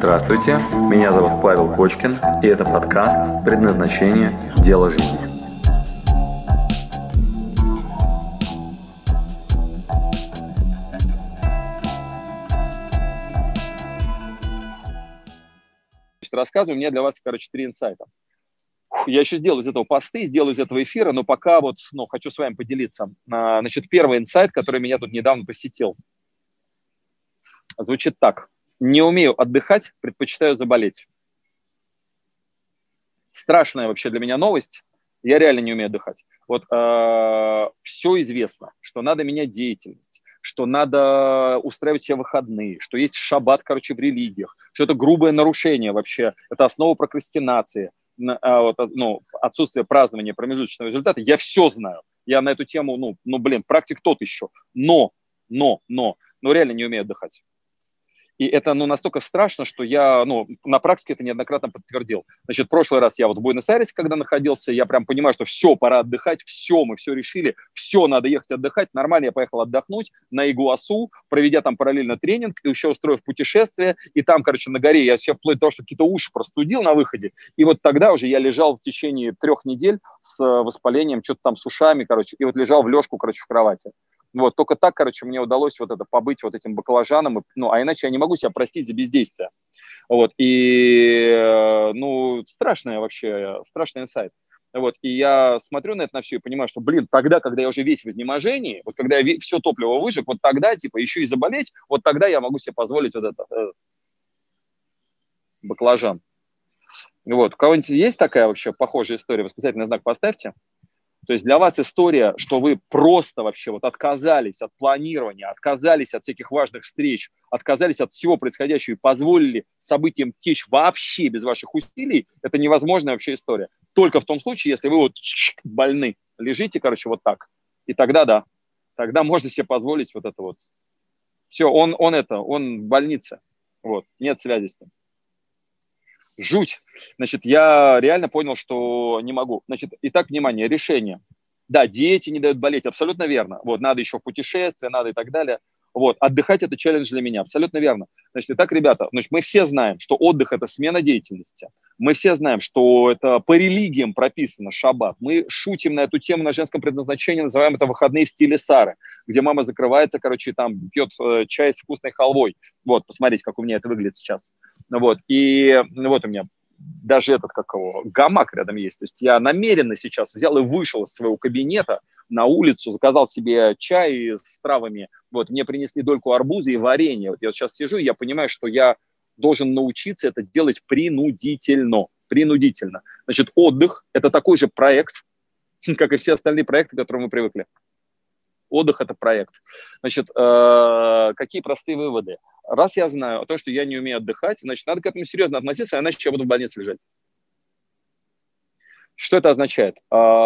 Здравствуйте, меня зовут Павел Кочкин, и это подкаст «Предназначение. Дело жизни». Рассказываю, у меня для вас, 3 инсайта. Я еще сделаю из этого посты, сделаю из этого эфира, но пока хочу с вами поделиться. Первый инсайт, который меня тут недавно посетил, звучит так. Не умею отдыхать, предпочитаю заболеть. Страшная вообще для меня новость. Я реально не умею отдыхать. Все известно, что надо менять деятельность, что надо устраивать себе выходные, что есть шаббат, в религиях, что это грубое нарушение вообще, это основа прокрастинации, отсутствие празднования промежуточного результата. Я все знаю. Я на эту тему, практик тот еще. Но реально не умею отдыхать. И это настолько страшно, что я на практике это неоднократно подтвердил. В прошлый раз я в Буэнос-Айресе, когда находился, я прям понимаю, что все, пора отдыхать, мы все решили, все, надо ехать отдыхать. Нормально я поехал отдохнуть на Игуасу, проведя там параллельно тренинг, и еще устроив путешествие. И там, на горе я все вплоть до того, что какие-то уши простудил на выходе. И вот тогда уже я лежал в течение 3 недель с воспалением, что-то там с ушами, и вот лежал в лёжку, в кровати. Только так, мне удалось побыть этим баклажаном, а иначе я не могу себя простить за бездействие. Страшный инсайт. И я смотрю на это на все и понимаю, что, тогда, когда я уже весь в изнеможении, когда я все топливо выжег, тогда, еще и заболеть, тогда я могу себе позволить баклажан. У кого-нибудь есть такая вообще похожая история? Восклицательный знак поставьте. То есть для вас история, что вы просто вообще отказались от планирования, отказались от всяких важных встреч, отказались от всего происходящего и позволили событиям течь вообще без ваших усилий, это невозможная вообще история. Только в том случае, если вы больны, лежите, так. И тогда да, тогда можно себе позволить Все, он в больнице. Нет связи с ним. Жуть. Я реально понял, что не могу. Итак, внимание, решение. Да, диете не дают болеть, абсолютно верно. Надо еще в путешествие, надо и так далее. Отдыхать – это челлендж для меня, абсолютно верно. Итак, ребята, мы все знаем, что отдых – это смена деятельности. Мы все знаем, что это по религиям прописано, шаббат. Мы шутим на эту тему на женском предназначении, называем это выходные в стиле Сары, где мама закрывается, и там пьет чай с вкусной халвой. Посмотрите, как у меня это выглядит сейчас. И у меня даже гамак рядом есть. То есть я намеренно сейчас взял и вышел из своего кабинета на улицу, заказал себе чай с травами. Мне принесли дольку арбуза и варенье. Я сейчас сижу, и я понимаю, что я должен научиться это делать принудительно. Принудительно. Отдых – это такой же проект, как и все остальные проекты, к которым мы привыкли. Отдых – это проект. Какие простые выводы? Раз я знаю о том, что я не умею отдыхать, надо к этому серьезно относиться, иначе я буду в больнице лежать. Что это означает?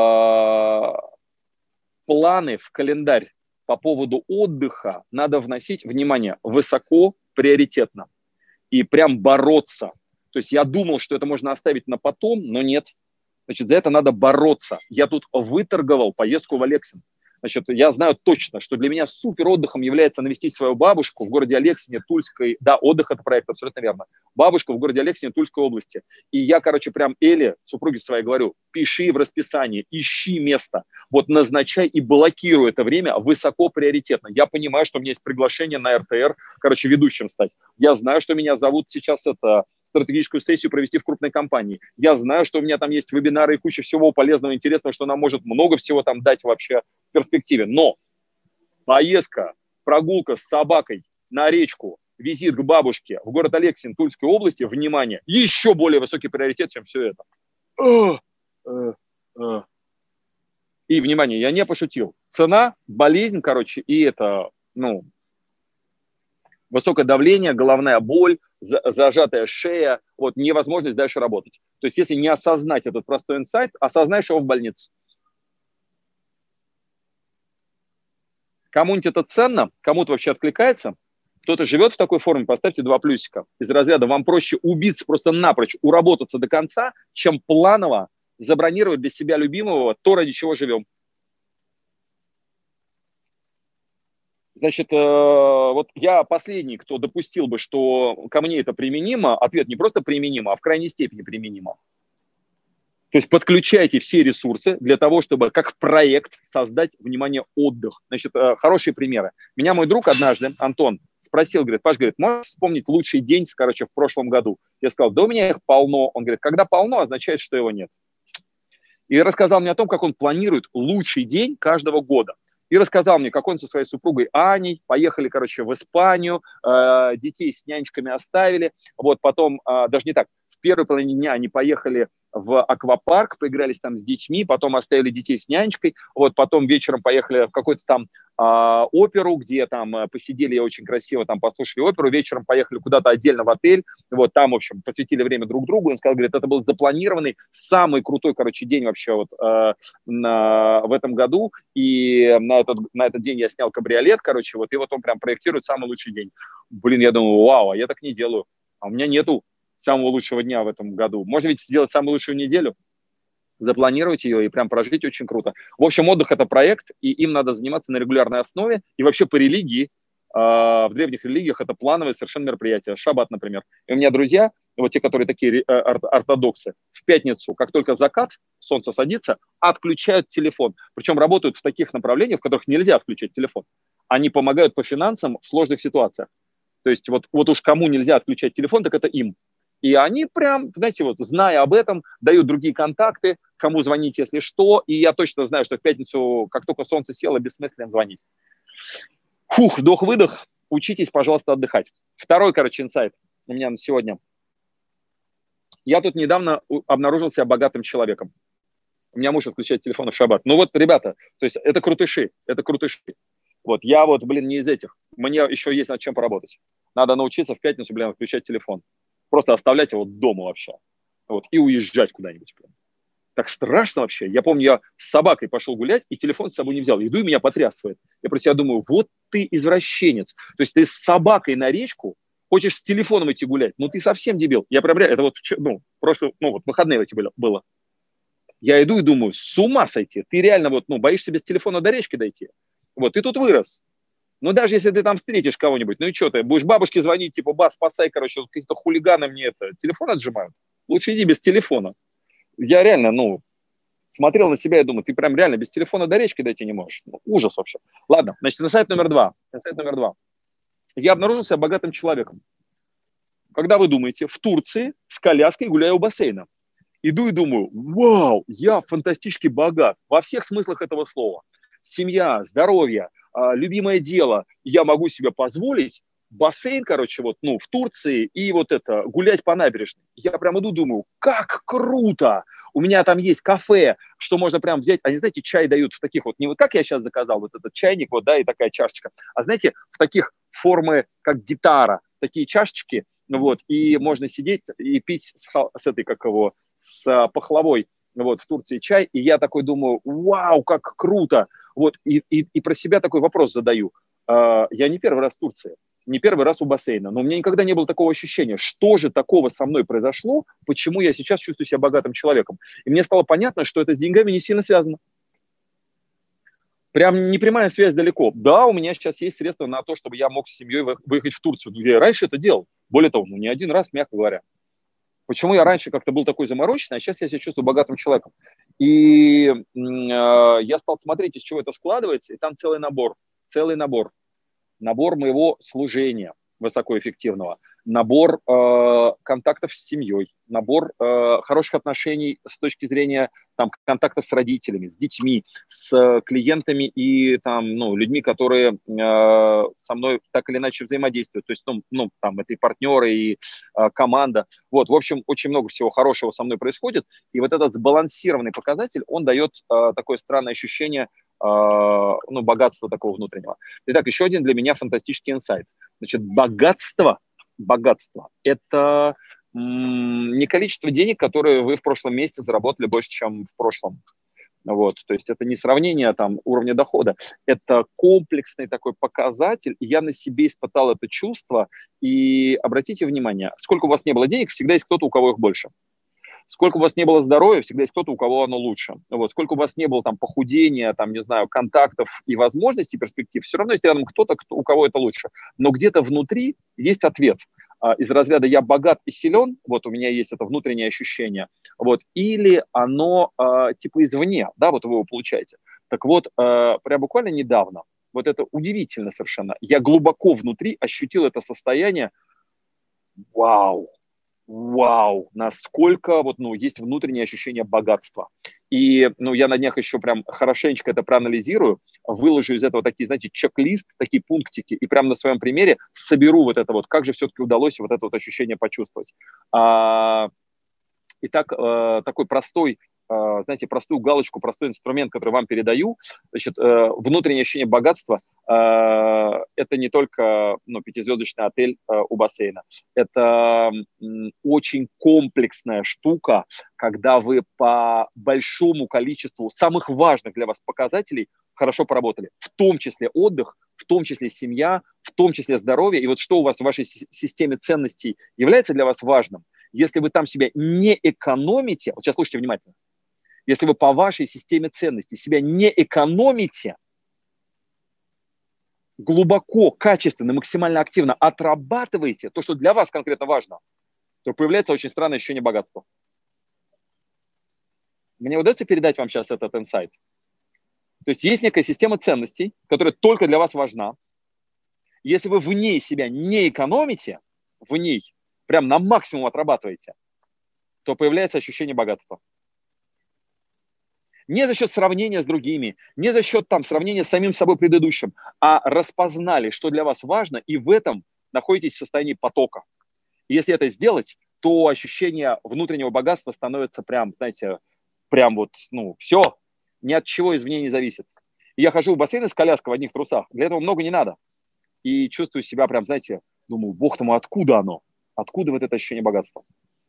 Планы в календарь по поводу отдыха надо вносить, внимание, высоко, приоритетно. И прям бороться. То есть я думал, что это можно оставить на потом, но нет. За это надо бороться. Я тут выторговал поездку в Алексин. Я знаю точно, что для меня супер отдыхом является навестить свою бабушку в городе Алексине, Тульской. Да, отдых – это проект, абсолютно верно. Бабушка в городе Алексине, Тульской области. И я, прям Эле, супруге своей, говорю, пиши в расписании, ищи место. Назначай и блокируй это время высоко приоритетно. Я понимаю, что у меня есть приглашение на РТР, ведущим стать. Я знаю, что меня зовут сейчас стратегическую сессию провести в крупной компании. Я знаю, что у меня там есть вебинары и куча всего полезного, интересного, что нам может много всего там дать вообще в перспективе. Но поездка, прогулка с собакой на речку, визит к бабушке в город Алексин Тульской области, внимание, еще более высокий приоритет, чем все это. И, внимание, я не пошутил. Цена, болезнь, и это, высокое давление, головная боль, зажатая шея, невозможность дальше работать. То есть, если не осознать этот простой инсайт, осознаешь его в больнице. Кому-нибудь это ценно, кому-то вообще откликается, кто-то живет в такой форме, поставьте 2 плюсика. Из разряда вам проще убиться просто напрочь, уработаться до конца, чем планово забронировать для себя любимого то, ради чего живем. Значит, вот я последний, кто допустил бы, что ко мне это применимо. Ответ не просто применимо, а в крайней степени применимо. То есть подключайте все ресурсы для того, чтобы как проект создать, внимание, отдых. Значит, хорошие примеры. Меня мой друг однажды, Антон, спросил, говорит, Паш, говорит, можешь вспомнить лучший день, короче, в прошлом году? Я сказал, да у меня их полно. Он говорит, когда полно, означает, что его нет. И рассказал мне о том, как он планирует лучший день каждого года. И рассказал мне, как он со своей супругой Аней поехали, короче, в Испанию, детей с нянечками оставили. Вот потом, даже не так, в первой половине дня они поехали в аквапарк, поигрались там с детьми, потом оставили детей с нянечкой, вот потом вечером поехали в какой-то там оперу, где там посидели очень красиво, там послушали оперу, вечером поехали куда-то отдельно в отель, вот там, в общем, посвятили время друг другу, он сказал, говорит, это был запланированный самый крутой, короче, день вообще вот в этом году, и на этот день я снял кабриолет, короче, вот, и вот он прям проектирует самый лучший день. Блин, я думаю, вау, а я так не делаю, а у меня нету самого лучшего дня в этом году. Можно ведь сделать самую лучшую неделю, запланировать ее и прям прожить очень круто. В общем, отдых – это проект, и им надо заниматься на регулярной основе. И вообще по религии, в древних религиях это плановое совершенно мероприятие. Шаббат, например. И у меня друзья, вот те, которые такие ортодоксы, в пятницу, как только закат, солнце садится, отключают телефон. Причем работают в таких направлениях, в которых нельзя отключать телефон. Они помогают по финансам в сложных ситуациях. То есть вот уж кому нельзя отключать телефон, так это им. И они прям, знаете, вот зная об этом, дают другие контакты, кому звонить, если что. И я точно знаю, что в пятницу, как только солнце село, бессмысленно звонить. Фух, вдох-выдох. Учитесь, пожалуйста, отдыхать. Второй, короче, инсайт у меня на сегодня. Я тут недавно обнаружил себя богатым человеком. У меня муж отключает телефон в шаббат. Ну вот, ребята, то есть это крутыши, это крутыши. Вот я вот, блин, не из этих. Мне еще есть над чем поработать. Надо научиться в пятницу, блин, отключать телефон. Просто оставлять его дома вообще. Вот, и уезжать куда-нибудь. Так страшно вообще. Я помню, я с собакой пошел гулять, и телефон с собой не взял. Иду, и меня потрясывает. Я про себя думаю, вот ты извращенец. То есть ты с собакой на речку хочешь с телефоном идти гулять. Ну ты совсем дебил. Я прям, это вот, вот выходные эти было. Я иду и думаю, с ума сойти. Ты реально вот, боишься без телефона до речки дойти. Вот, ты тут вырос. Ну, даже если ты там встретишь кого-нибудь, ну и что ты, будешь бабушке звонить, типа, ба, спасай, короче, вот какие-то хулиганы мне телефон отжимают. Лучше иди без телефона. Я реально, смотрел на себя и думаю, ты прям реально без телефона до речки дойти не можешь. Ну, ужас вообще. Ладно, значит, инсайт номер два. Я обнаружил себя богатым человеком. Когда вы думаете, в Турции с коляской гуляю у бассейна. Иду и думаю, вау, я фантастически богат во всех смыслах этого слова. Семья, здоровье, любимое дело, я могу себе позволить бассейн, короче, вот, в Турции и вот это, гулять по набережной. Я прям иду, думаю, как круто! У меня там есть кафе, что можно прям взять, они, знаете, чай дают в таких вот, не вот как я сейчас заказал, вот этот чайник, вот, да, и такая чашечка, а знаете, в таких формы, как гитара, такие чашечки, вот, и можно сидеть и пить с пахлавой, вот, в Турции чай, и я такой думаю, вау, как круто! Вот, и про себя такой вопрос задаю. Я не первый раз в Турции, не первый раз у бассейна, но у меня никогда не было такого ощущения, что же такого со мной произошло, почему я сейчас чувствую себя богатым человеком. И мне стало понятно, что это с деньгами не сильно связано. Прям непрямая связь далеко. Да, у меня сейчас есть средства на то, чтобы я мог с семьей выехать в Турцию. Но я раньше это делал. Более того, не один раз, мягко говоря. Почему я раньше как-то был такой замороченный, а сейчас я себя чувствую богатым человеком. И я стал смотреть, из чего это складывается, и там целый набор. Набор моего служения высокоэффективного, набор контактов с семьей, набор хороших отношений с точки зрения контакта с родителями, с детьми, с клиентами и людьми, которые со мной так или иначе взаимодействуют. То есть, это и партнеры, и команда. Вот, в общем, очень много всего хорошего со мной происходит. И вот этот сбалансированный показатель, он дает такое странное ощущение богатства такого внутреннего. Итак, еще один для меня фантастический инсайт. Значит, богатство – это не количество денег, которые вы в прошлом месяце заработали больше, чем в прошлом. Вот, то есть это не сравнение уровня дохода, это комплексный такой показатель. И я на себе испытал это чувство. И обратите внимание, сколько у вас не было денег, всегда есть кто-то, у кого их больше. Сколько у вас не было здоровья, всегда есть кто-то, у кого оно лучше. Вот. Сколько у вас не было там похудения, там, не знаю, контактов и возможностей, перспектив, все равно есть рядом кто-то, у кого это лучше. Но где-то внутри есть ответ из разряда «я богат и силен», вот у меня есть это внутреннее ощущение, вот, или оно типа извне, да, вот вы его получаете. Так вот, прям буквально недавно, вот это удивительно совершенно, я глубоко внутри ощутил это состояние, вау, насколько вот, ну, есть внутреннее ощущение богатства. И, ну, я на днях еще прям хорошенечко это проанализирую, выложу из этого такие, знаете, чек-лист, такие пунктики, и прям на своем примере соберу вот это вот, как же все-таки удалось вот это вот ощущение почувствовать. Итак, такой простой, знаете, простую галочку, простой инструмент, который вам передаю. Значит, внутреннее ощущение богатства это не только, ну, пятизвездочный отель у бассейна. Это очень комплексная штука, когда вы по большому количеству самых важных для вас показателей хорошо поработали, в том числе отдых, в том числе семья, в том числе здоровье. И вот что у вас в вашей системе ценностей является для вас важным, если вы там себя не экономите, вот сейчас слушайте внимательно, если вы по вашей системе ценностей себя не экономите, глубоко, качественно, максимально активно отрабатываете то, что для вас конкретно важно, то появляется очень странное ощущение богатства. Мне удается передать вам сейчас этот инсайт? То есть есть некая система ценностей, которая только для вас важна. Если вы в ней себя не экономите, в ней прям на максимум отрабатываете, то появляется ощущение богатства. Не за счет сравнения с другими, не за счет там сравнения с самим собой предыдущим, а распознали, что для вас важно, и в этом находитесь в состоянии потока. И если это сделать, то ощущение внутреннего богатства становится прям, знаете, прям вот, ну, все, ни от чего извне не зависит. И я хожу в бассейн с коляской в одних трусах, для этого много не надо. И чувствую себя прям, знаете, думаю, бог тому, откуда оно? Откуда вот это ощущение богатства?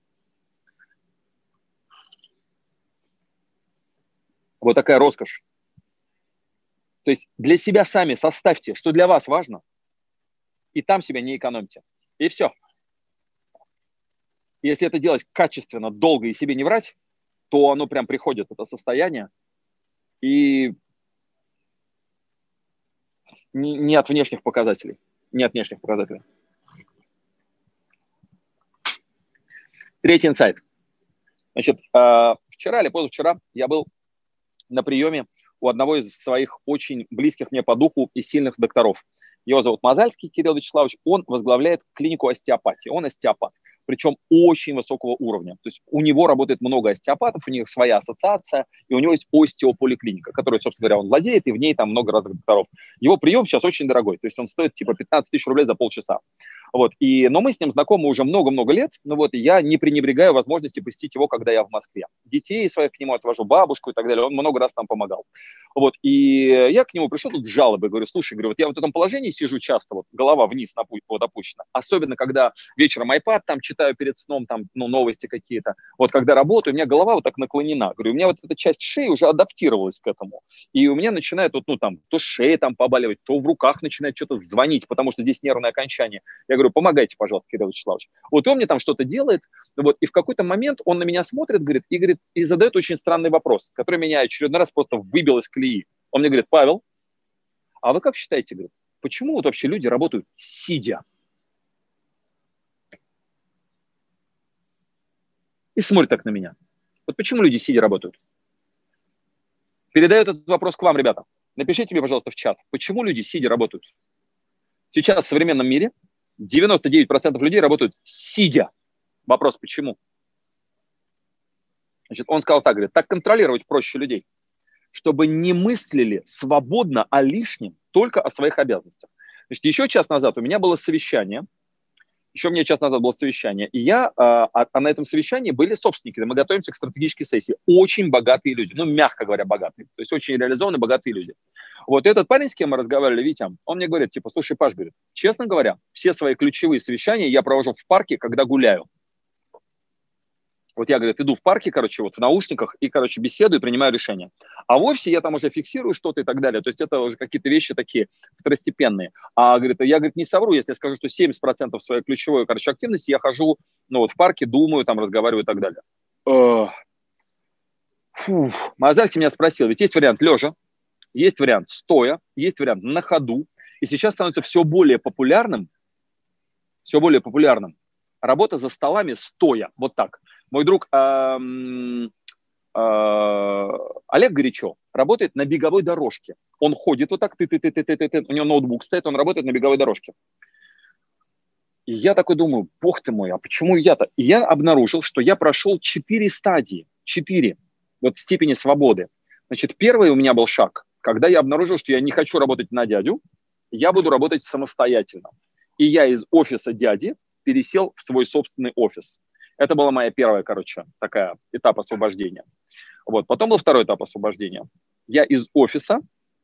Вот такая роскошь. То есть для себя сами составьте, что для вас важно, и там себя не экономьте. И все. Если это делать качественно, долго и себе не врать, то оно прям приходит, это состояние, и не от внешних показателей. Не от внешних показателей. Третий инсайт. Значит, вчера или позавчера я был на приеме у одного из своих очень близких мне по духу и сильных докторов. Его зовут Мазальский Кирилл Вячеславович. Он возглавляет клинику остеопатии. Он остеопат, причем очень высокого уровня. То есть у него работает много остеопатов, у них своя ассоциация, и у него есть остеополиклиника, которой, собственно говоря, он владеет, и в ней там много разных докторов. Его прием сейчас очень дорогой, то есть он стоит типа 15 тысяч рублей за полчаса. Вот. Но мы с ним знакомы уже много-много лет, ну вот, и я не пренебрегаю возможности посетить его, когда я в Москве. Детей своих к нему отвожу, бабушку и так далее, он много раз там помогал. Вот. И я к нему пришел тут с жалобой, говорю, слушай, говорю, вот я в этом положении сижу часто, вот голова вниз вот опущена, особенно когда вечером iPad там читаю перед сном, там, ну, новости какие-то, вот когда работаю, у меня голова вот так наклонена, говорю, у меня вот эта часть шеи уже адаптировалась к этому, и у меня начинает вот, ну, там, то шея там побаливать, то в руках начинает что-то звонить, потому что здесь нервное окончание. Я говорю, помогайте, пожалуйста, Кирилл Вячеславович. Вот он мне там что-то делает, вот, и в какой-то момент он на меня смотрит, говорит, и задает очень странный вопрос, который меня очередной раз просто выбил из колеи. Он мне говорит, Павел, а вы как считаете, говорит, почему вот вообще люди работают сидя? И смотрит так на меня. Вот почему люди сидя работают? Передаю этот вопрос к вам, ребята. Напишите мне, пожалуйста, в чат, почему люди сидя работают? Сейчас в современном мире 99% людей работают сидя. Вопрос, почему? Значит, он сказал так, говорит, так контролировать проще людей, чтобы не мыслили свободно о лишнем, только о своих обязанностях. Значит, еще час назад у меня было совещание, и на этом совещании были собственники, мы готовимся к стратегической сессии, очень богатые люди, ну, мягко говоря, богатые, то есть очень реализованные, богатые люди. Вот этот парень, с кем мы разговаривали, Витя, он мне говорит, типа, слушай, Паш, говорит, честно говоря, все свои ключевые совещания я провожу в парке, когда гуляю. Вот я, говорит, иду в парке, короче, вот в наушниках и, короче, беседую и принимаю решения. А в офисе я там уже фиксирую что-то и так далее. То есть это уже какие-то вещи такие второстепенные. А, говорит, я, говорит, не совру, если я скажу, что 70% своей ключевой, короче, активности я хожу, ну, вот в парке, думаю, там, разговариваю и так далее. Мазальский меня спросил, ведь есть вариант лежа, есть вариант стоя, есть вариант на ходу. И сейчас становится все более популярным работа за столами стоя. Вот так. Мой друг Олег Горячо работает на беговой дорожке. Он ходит вот так, у него ноутбук стоит, он работает на беговой дорожке. И я такой думаю, бог ты мой, а почему я-то? И я обнаружил, что я прошел 4 стадии, 4 вот степени свободы. Значит, первый у меня был шаг, когда я обнаружил, что я не хочу работать на дядю, я буду работать самостоятельно. И я из офиса дяди пересел в свой собственный офис. Это была моя первая, такая этап освобождения. Вот. Потом был второй этап освобождения. Я из офиса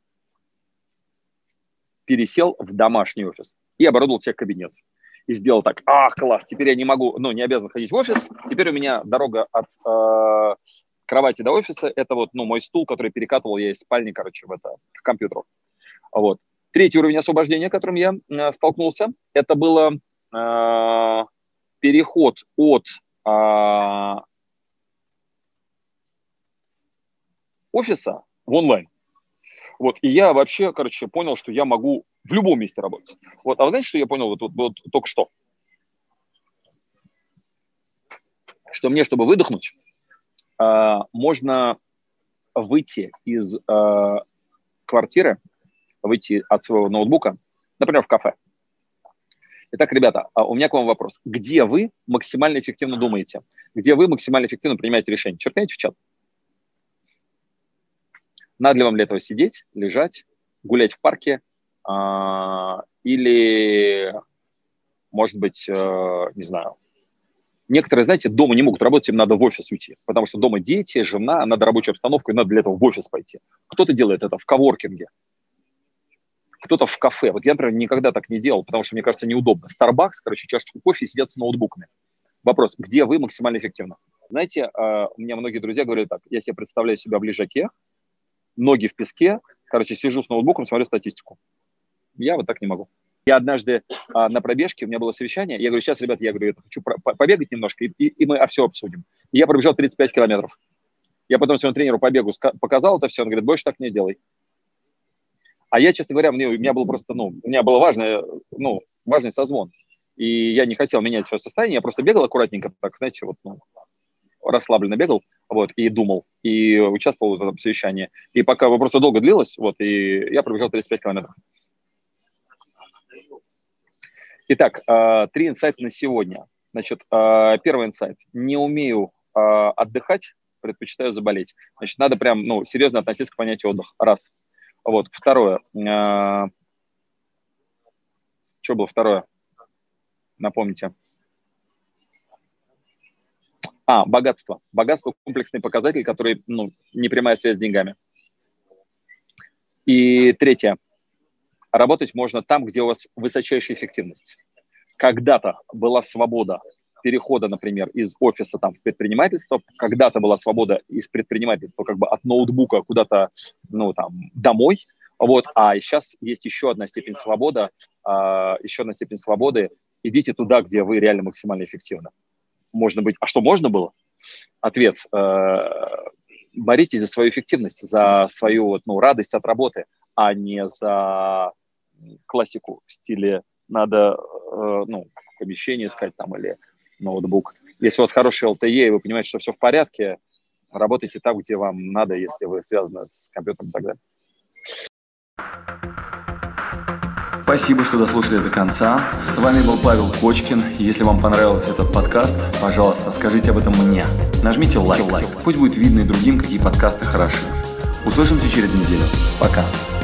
пересел в домашний офис и оборудовал себе кабинет. И сделал так, класс, теперь я не обязан ходить в офис, теперь у меня дорога от кровати до офиса, это вот, мой стул, который перекатывал я из спальни, к компьютеру. Вот. Третий уровень освобождения, с которым я столкнулся, это было переход от офиса в онлайн. Вот, и я вообще, понял, что я могу в любом месте работать. Вот, а вы знаете, что я понял вот только что? Что мне, чтобы выдохнуть, можно выйти из квартиры, выйти от своего ноутбука, например, в кафе. Итак, ребята, у меня к вам вопрос. Где вы максимально эффективно думаете? Где вы максимально эффективно принимаете решения? Черкните в чат. Надо ли вам для этого сидеть, лежать, гулять в парке или, может быть, не знаю. Некоторые, знаете, дома не могут работать, им надо в офис уйти, потому что дома дети, жена, надо рабочую обстановку, и надо для этого в офис пойти. Кто-то делает это в коворкинге, кто-то в кафе. Вот я, например, никогда так не делал, потому что, мне кажется, неудобно. Starbucks, чашечку кофе и сидят с ноутбуками. Вопрос, где вы максимально эффективно? Знаете, у меня многие друзья говорят так, я себе представляю себя в лежаке, ноги в песке, сижу с ноутбуком, смотрю статистику. Я вот так не могу. Я однажды на пробежке, у меня было совещание, я говорю, сейчас, ребят, я хочу побегать немножко, и мы все обсудим. И я пробежал 35 километров. Я потом своему тренеру по бегу показал это все, он говорит, больше так не делай. А я, честно говоря, у меня был просто, у меня был важный созвон. И я не хотел менять свое состояние, я просто бегал аккуратненько, так, знаете, расслабленно бегал, и думал, и участвовал в этом совещании. И пока просто долго длилось, и я пробежал 35 километров. Итак, 3 инсайта на сегодня. Значит, первый инсайт. Не умею отдыхать, предпочитаю заболеть. Значит, надо прям, серьезно относиться к понятию отдых. Раз. Вот. Второе. Что было второе? Напомните. Богатство. Богатство – комплексный показатель, который, не прямая связь с деньгами. И третье. Работать можно там, где у вас высочайшая эффективность. Когда-то была свобода перехода, например, из офиса в предпринимательство, когда-то была свобода из предпринимательства от ноутбука куда-то, домой. Вот. А сейчас есть еще одна степень свободы. Идите туда, где вы реально максимально эффективны. Можно быть. А что можно было? Ответ. Боритесь за свою эффективность, за свою радость от работы, а не за классику в стиле надо помещение искать или ноутбук. Если у вас хороший LTE, и вы понимаете, что все в порядке, работайте там, где вам надо, если вы связаны с компьютером и так далее. Спасибо, что дослушали до конца. С вами был Павел Кочкин. Если вам понравился этот подкаст, пожалуйста, скажите об этом мне. Нажмите лайк. Пусть будет видно и другим, какие подкасты хороши. Услышимся через неделю. Пока.